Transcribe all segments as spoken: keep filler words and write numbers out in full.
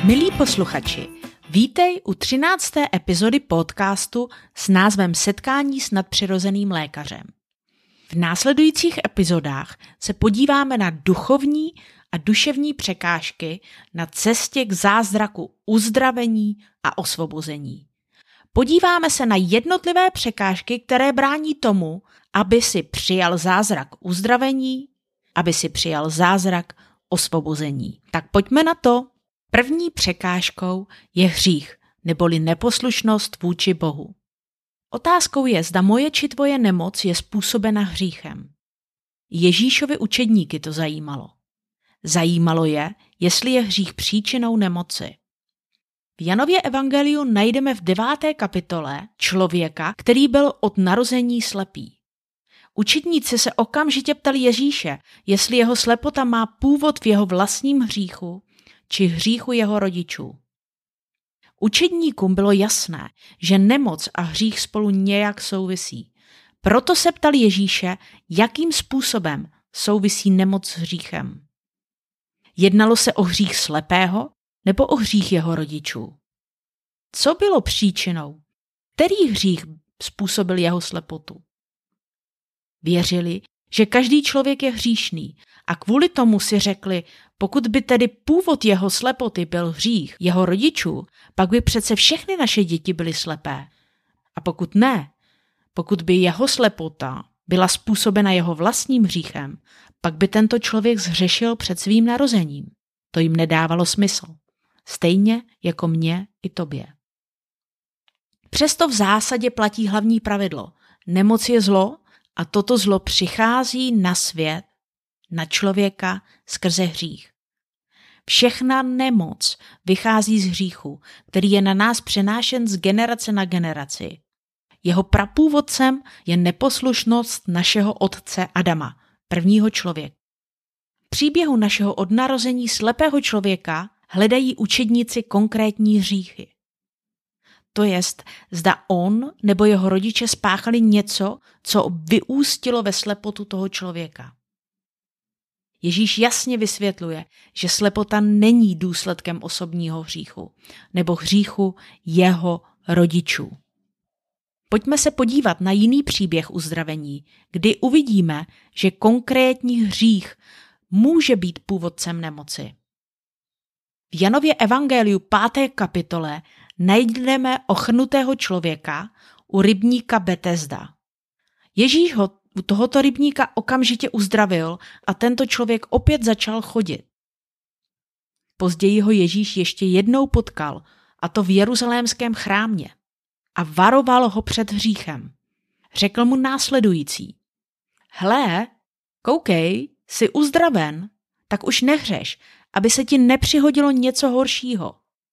Milí posluchači, vítej u třinácté epizody podcastu s názvem Setkání s nadpřirozeným lékařem. V následujících epizodách se podíváme na duchovní a duševní překážky na cestě k zázraku uzdravení a osvobození. Podíváme se na jednotlivé překážky, které brání tomu, aby si přijal zázrak uzdravení, aby si přijal zázrak osvobození. Tak pojďme na to. První překážkou je hřích, neboli neposlušnost vůči Bohu. Otázkou je, zda moje či tvoje nemoc je způsobena hříchem. Ježíšovi učedníky to zajímalo. Zajímalo je, jestli je hřích příčinou nemoci. V Janově evangeliu najdeme v deváté kapitole člověka, který byl od narození slepý. Učedníci se okamžitě ptali Ježíše, jestli jeho slepota má původ v jeho vlastním hříchu, či hříchu jeho rodičů. Učedníkům bylo jasné, že nemoc a hřích spolu nějak souvisí. Proto se ptali Ježíše, jakým způsobem souvisí nemoc s hříchem. Jednalo se o hřích slepého nebo o hřích jeho rodičů? Co bylo příčinou? Který hřích způsobil jeho slepotu? Věřili, že každý člověk je hříšný a kvůli tomu si řekli, pokud by tedy původ jeho slepoty byl hřích jeho rodičů, pak by přece všechny naše děti byly slepé. A pokud ne, pokud by jeho slepota byla způsobena jeho vlastním hříchem, pak by tento člověk zhřešil před svým narozením. To jim nedávalo smysl. Stejně jako mně i tobě. Přesto v zásadě platí hlavní pravidlo. Nemoc je zlo a toto zlo přichází na svět, na člověka skrze hřích. Všechna nemoc vychází z hříchu, který je na nás přenášen z generace na generaci. Jeho prapůvodcem je neposlušnost našeho otce Adama, prvního člověka. V příběhu našeho odnarození slepého člověka hledají učedníci konkrétní hříchy. To jest, zda on nebo jeho rodiče spáchali něco, co vyústilo ve slepotu toho člověka. Ježíš jasně vysvětluje, že slepota není důsledkem osobního hříchu nebo hříchu jeho rodičů. Pojďme se podívat na jiný příběh uzdravení, kdy uvidíme, že konkrétní hřích může být původcem nemoci. V Janově evangeliu páté kapitole najdeme ochrnutého člověka u rybníka Betesda. Ježíš ho u tohoto rybníka okamžitě uzdravil a tento člověk opět začal chodit. Později ho Ježíš ještě jednou potkal, a to v jeruzalémském chrámě, a varoval ho před hříchem. Řekl mu následující: Hle, koukej, jsi uzdraven, tak už nehřeš, aby se ti nepřihodilo něco horšího.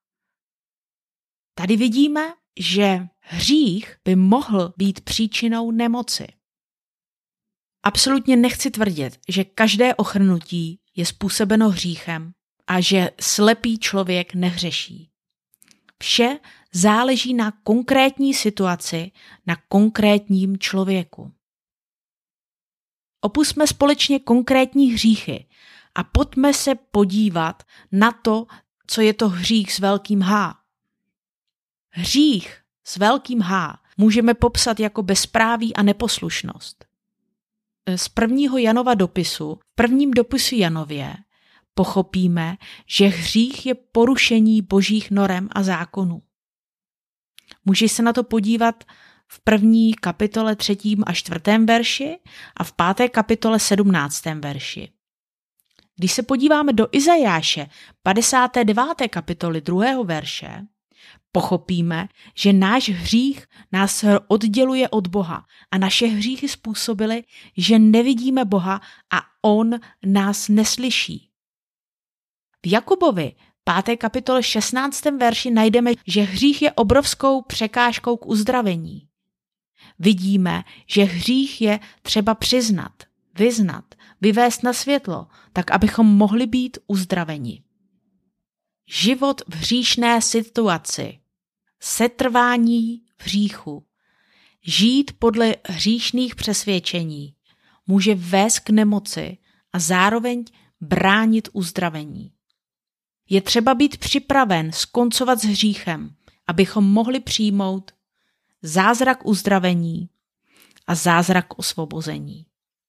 Tady vidíme, že hřích by mohl být příčinou nemoci. Absolutně nechci tvrdit, že každé ochrnutí je způsobeno hříchem a že slepý člověk nehřeší. Vše záleží na konkrétní situaci, na konkrétním člověku. Opusťme společně konkrétní hříchy a pojďme se podívat na to, co je to hřích s velkým H. Hřích s velkým H můžeme popsat jako bezpráví a neposlušnost. Z prvního Janova dopisu, v prvním dopisu Janově, pochopíme, že hřích je porušení božích norem a zákonů. Můžeš se na to podívat v první kapitole třetím a čtvrtém verši a v páté kapitole sedmnáctém verši. Když se podíváme do Izajáše padesáté deváté kapitoly druhého verše, pochopíme, že náš hřích nás odděluje od Boha a naše hříchy způsobily, že nevidíme Boha a on nás neslyší. V Jakubovi páté kapitole šestnáctém verši najdeme, že hřích je obrovskou překážkou k uzdravení. Vidíme, že hřích je třeba přiznat, vyznat, vyvést na světlo, tak abychom mohli být uzdraveni. Život v hříšné situaci, setrvání v hříchu, žít podle hříšných přesvědčení může vést k nemoci a zároveň bránit uzdravení. Je třeba být připraven skoncovat s hříchem, abychom mohli přijmout zázrak uzdravení a zázrak osvobození.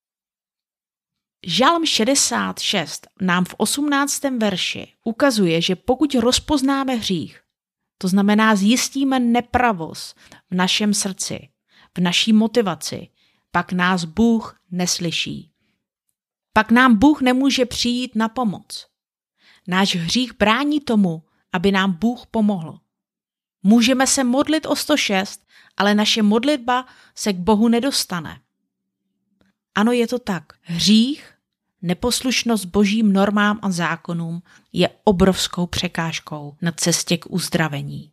Žalm šedesát šest nám v osmnáctém verši ukazuje, že pokud rozpoznáme hřích, to znamená zjistíme nepravost v našem srdci, v naší motivaci, pak nás Bůh neslyší. Pak nám Bůh nemůže přijít na pomoc. Náš hřích brání tomu, aby nám Bůh pomohl. Můžeme se modlit o sto šest, ale naše modlitba se k Bohu nedostane. Ano, je to tak. Hřích, neposlušnost božím normám a zákonům je obrovskou překážkou na cestě k uzdravení.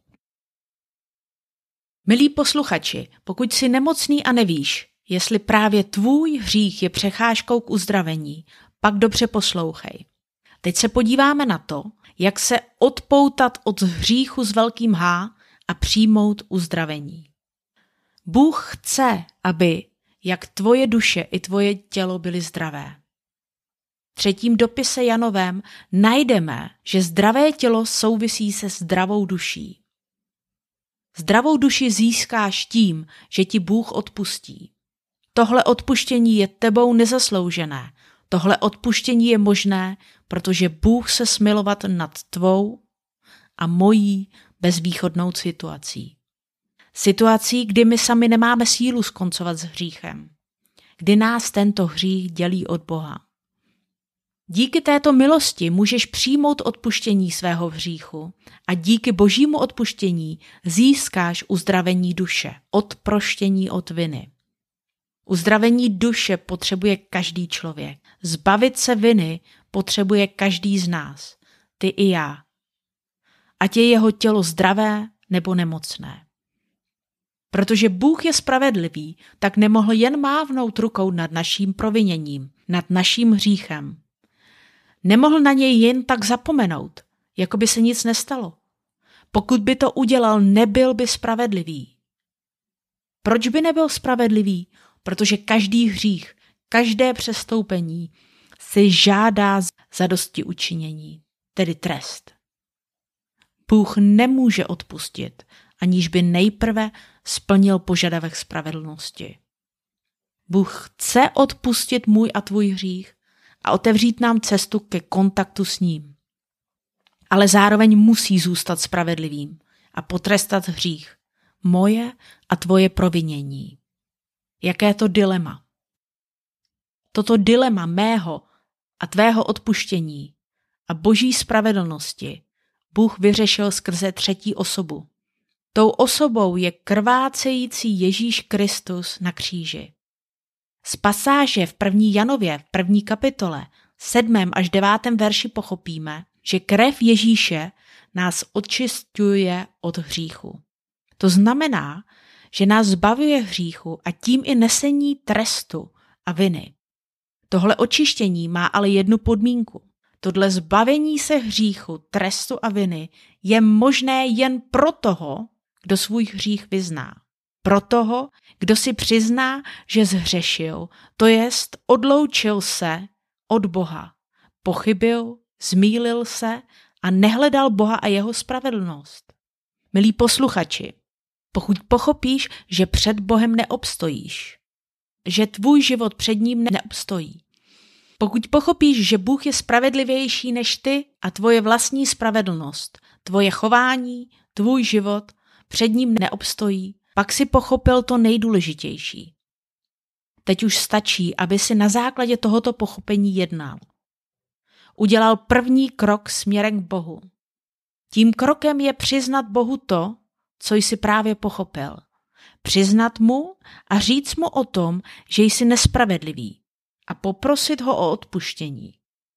Milí posluchači, pokud jsi nemocný a nevíš, jestli právě tvůj hřích je překážkou k uzdravení, pak dobře poslouchej. Teď se podíváme na to, jak se odpoutat od hříchu s velkým H a přijmout uzdravení. Bůh chce, aby jak tvoje duše i tvoje tělo byly zdravé. V třetím dopise Janovém najdeme, že zdravé tělo souvisí se zdravou duší. Zdravou duši získáš tím, že ti Bůh odpustí. Tohle odpuštění je tebou nezasloužené. Tohle odpuštění je možné, protože Bůh se smilovat nad tvou a mojí bezvýchodnou situací. Situací, kdy my sami nemáme sílu skoncovat s hříchem. Kdy nás tento hřích dělí od Boha. Díky této milosti můžeš přijmout odpuštění svého hříchu a díky božímu odpuštění získáš uzdravení duše, odproštění od viny. Uzdravení duše potřebuje každý člověk. Zbavit se viny potřebuje každý z nás, ty i já. Ať je jeho tělo zdravé nebo nemocné. Protože Bůh je spravedlivý, tak nemohl jen mávnout rukou nad naším proviněním, nad naším hříchem. Nemohl na něj jen tak zapomenout, jako by se nic nestalo. Pokud by to udělal, nebyl by spravedlivý. Proč by nebyl spravedlivý? Protože každý hřích, každé přestoupení si žádá zadosti učinění, tedy trest. Bůh nemůže odpustit, aniž by nejprve splnil požadavek spravedlnosti. Bůh chce odpustit můj a tvůj hřích a otevřít nám cestu ke kontaktu s ním. Ale zároveň musí zůstat spravedlivým a potrestat hřích, moje a tvoje provinění. Jaké to dilema? Toto dilema mého a tvého odpuštění a boží spravedlnosti Bůh vyřešil skrze třetí osobu. Tou osobou je krvácející Ježíš Kristus na kříži. Z pasáže v první Janově, v první kapitole, sedmém až devátém verši pochopíme, že krev Ježíše nás očišťuje od hříchu. To znamená, že nás zbavuje hříchu a tím i nesení trestu a viny. Tohle očištění má ale jednu podmínku. Tohle zbavení se hříchu, trestu a viny je možné jen pro toho, kdo svůj hřích vyzná. Pro toho, kdo si přizná, že zhřešil, to jest odloučil se od Boha, pochybil, zmýlil se a nehledal Boha a jeho spravedlnost. Milí posluchači, pokud pochopíš, že před Bohem neobstojíš, že tvůj život před ním neobstojí, pokud pochopíš, že Bůh je spravedlivější než ty a tvoje vlastní spravedlnost, tvoje chování, tvůj život před ním neobstojí, pak si pochopil to nejdůležitější. Teď už stačí, aby si na základě tohoto pochopení jednal. Udělal první krok směrem k Bohu. Tím krokem je přiznat Bohu to, co jsi právě pochopil. Přiznat mu a říct mu o tom, že jsi nespravedlivý a poprosit ho o odpuštění.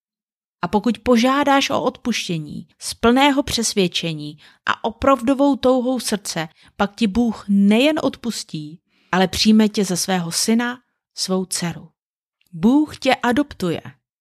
A pokud požádáš o odpuštění z plného přesvědčení a opravdovou touhou srdce, pak ti Bůh nejen odpustí, ale přijme tě za svého syna, svou dceru. Bůh tě adoptuje.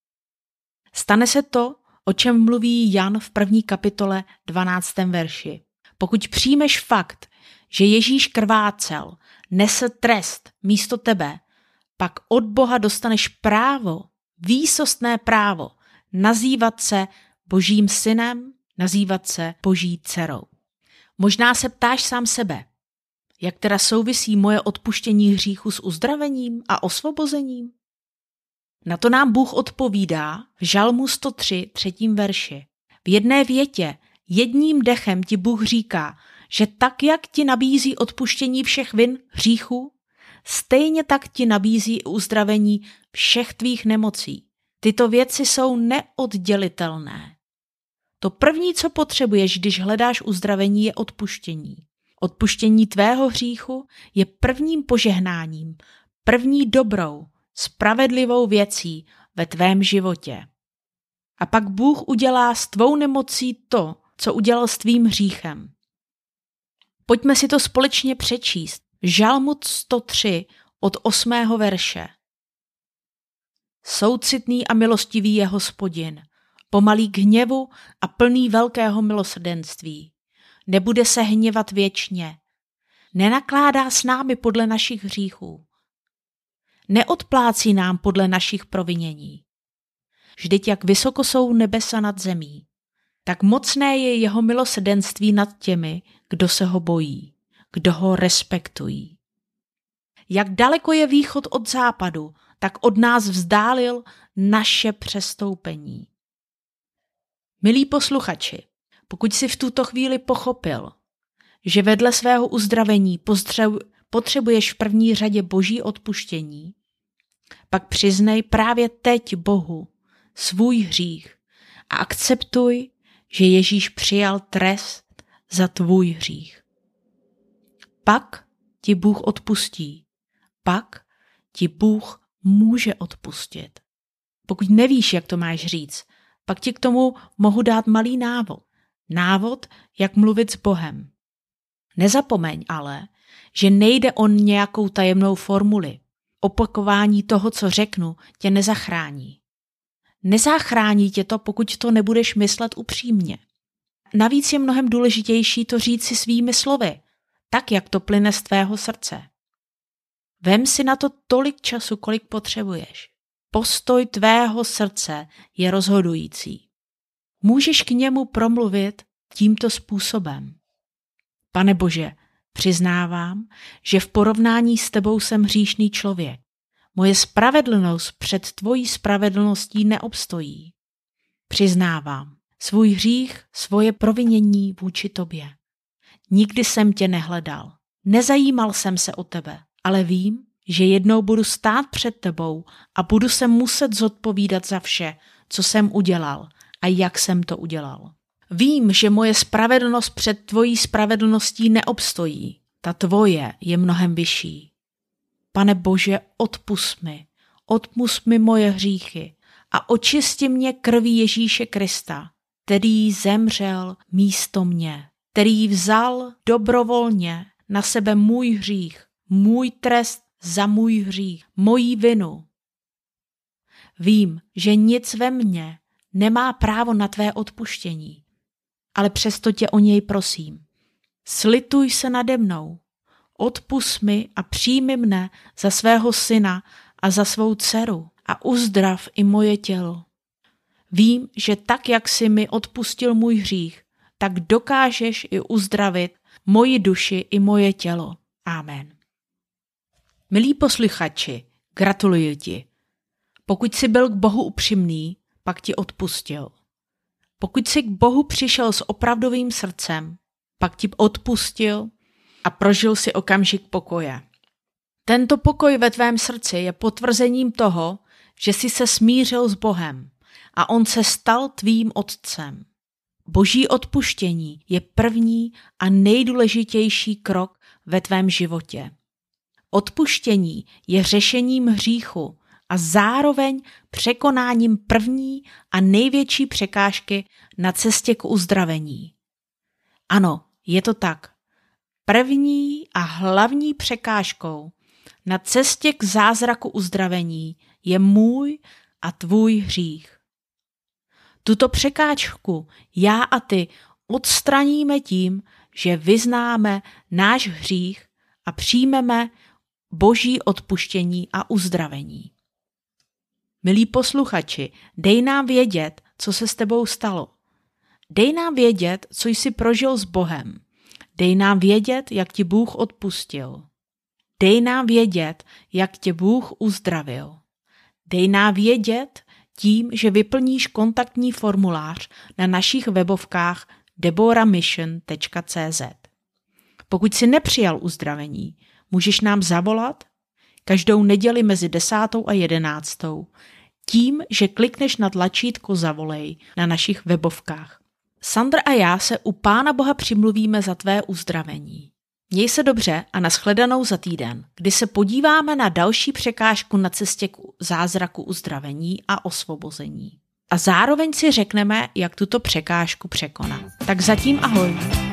Stane se to, o čem mluví Jan v první kapitole dvanáctém verši. Pokud přijmeš fakt, že Ježíš krvácel, nesl trest místo tebe, pak od Boha dostaneš právo, výsostné právo, nazývat se Božím synem nazývat se Boží dcerou. Možná se ptáš sám sebe, jak teda souvisí moje odpuštění hříchu s uzdravením a osvobozením? Na to nám Bůh odpovídá v Žalmu sto tři, třetím verši. V jedné větě, jedním dechem ti Bůh říká, že tak, jak ti nabízí odpuštění všech vin hříchů, stejně tak ti nabízí i uzdravení všech tvých nemocí. Tyto věci jsou neoddělitelné. To první, co potřebuješ, když hledáš uzdravení, je odpuštění. Odpuštění tvého hříchu je prvním požehnáním, první dobrou, spravedlivou věcí ve tvém životě. A pak Bůh udělá s tvou nemocí to, co udělal s tvým hříchem. Pojďme si to společně přečíst. Žalmu sto tři od osmého verše. Soucitný a milostivý je Hospodin, pomalý k hněvu a plný velkého milosrdenství. Nebude se hněvat věčně. Nenakládá s námi podle našich hříchů. Neodplácí nám podle našich provinění. Vždyť jak vysoko jsou nebesa nad zemí, tak mocné je jeho milosrdenství nad těmi, kdo se ho bojí, kdo ho respektují. Jak daleko je východ od západu, tak od nás vzdálil naše přestoupení. Milí posluchači, pokud jsi v tuto chvíli pochopil, že vedle svého uzdravení potřebuješ v první řadě Boží odpuštění, pak přiznej právě teď Bohu svůj hřích a akceptuj, že Ježíš přijal trest za tvůj hřích. Pak ti Bůh odpustí. Pak ti Bůh může odpustit. Pokud nevíš, jak to máš říct, pak ti k tomu mohu dát malý návod. Návod, jak mluvit s Bohem. Nezapomeň ale, že nejde o nějakou tajemnou formuli. Opakování toho, co řeknu, tě nezachrání. Nezachrání tě to, pokud to nebudeš myslet upřímně. Navíc je mnohem důležitější to říct si svými slovy, tak, jak to plyne z tvého srdce. Vem si na to tolik času, kolik potřebuješ. Postoj tvého srdce je rozhodující. Můžeš k němu promluvit tímto způsobem. Pane Bože, přiznávám, že v porovnání s tebou jsem hříšný člověk. Moje spravedlnost před tvojí spravedlností neobstojí. Přiznávám svůj hřích, svoje provinění vůči tobě. Nikdy jsem tě nehledal. Nezajímal jsem se o tebe, ale vím, že jednou budu stát před tebou a budu se muset zodpovídat za vše, co jsem udělal a jak jsem to udělal. Vím, že moje spravedlnost před tvojí spravedlností neobstojí. Ta tvoje je mnohem vyšší. Pane Bože, odpusť mi, odpusť mi moje hříchy a očisti mě krví Ježíše Krista, který zemřel místo mě, který vzal dobrovolně na sebe můj hřích, můj trest za můj hřích, moji vinu. Vím, že nic ve mně nemá právo na tvé odpuštění, ale přesto tě o něj prosím. Slituj se nade mnou, odpusť mi a přijmi mne za svého syna a za svou dceru a uzdrav i moje tělo. Vím, že tak, jak jsi mi odpustil můj hřích, tak dokážeš i uzdravit moji duši i moje tělo. Amen. Milí posluchači, gratuluji ti. Pokud jsi byl k Bohu upřímný, pak ti odpustil. Pokud jsi k Bohu přišel s opravdovým srdcem, pak ti odpustil a prožil si okamžik pokoje. Tento pokoj ve tvém srdci je potvrzením toho, že jsi se smířil s Bohem a on se stal tvým otcem. Boží odpuštění je první a nejdůležitější krok ve tvém životě. Odpuštění je řešením hříchu a zároveň překonáním první a největší překážky na cestě k uzdravení. Ano, je to tak. První a hlavní překážkou na cestě k zázraku uzdravení je můj a tvůj hřích. Tuto překážku já a ty odstraníme tím, že vyznáme náš hřích a přijmeme Boží odpuštění a uzdravení. Milí posluchači, dej nám vědět, co se s tebou stalo. Dej nám vědět, co jsi prožil s Bohem. Dej nám vědět, jak ti Bůh odpustil. Dej nám vědět, jak tě Bůh uzdravil. Dej nám vědět tím, že vyplníš kontaktní formulář na našich webovkách deborah mission tečka cé zet. Pokud jsi nepřijal uzdravení, můžeš nám zavolat každou neděli mezi desátou a jedenáctou tím, že klikneš na tlačítko Zavolej na našich webovkách. Sandra a já se u Pána Boha přimluvíme za tvé uzdravení. Měj se dobře a nashledanou za týden, kdy se podíváme na další překážku na cestě k zázraku uzdravení a osvobození. A zároveň si řekneme, jak tuto překážku překonat. Tak zatím ahoj.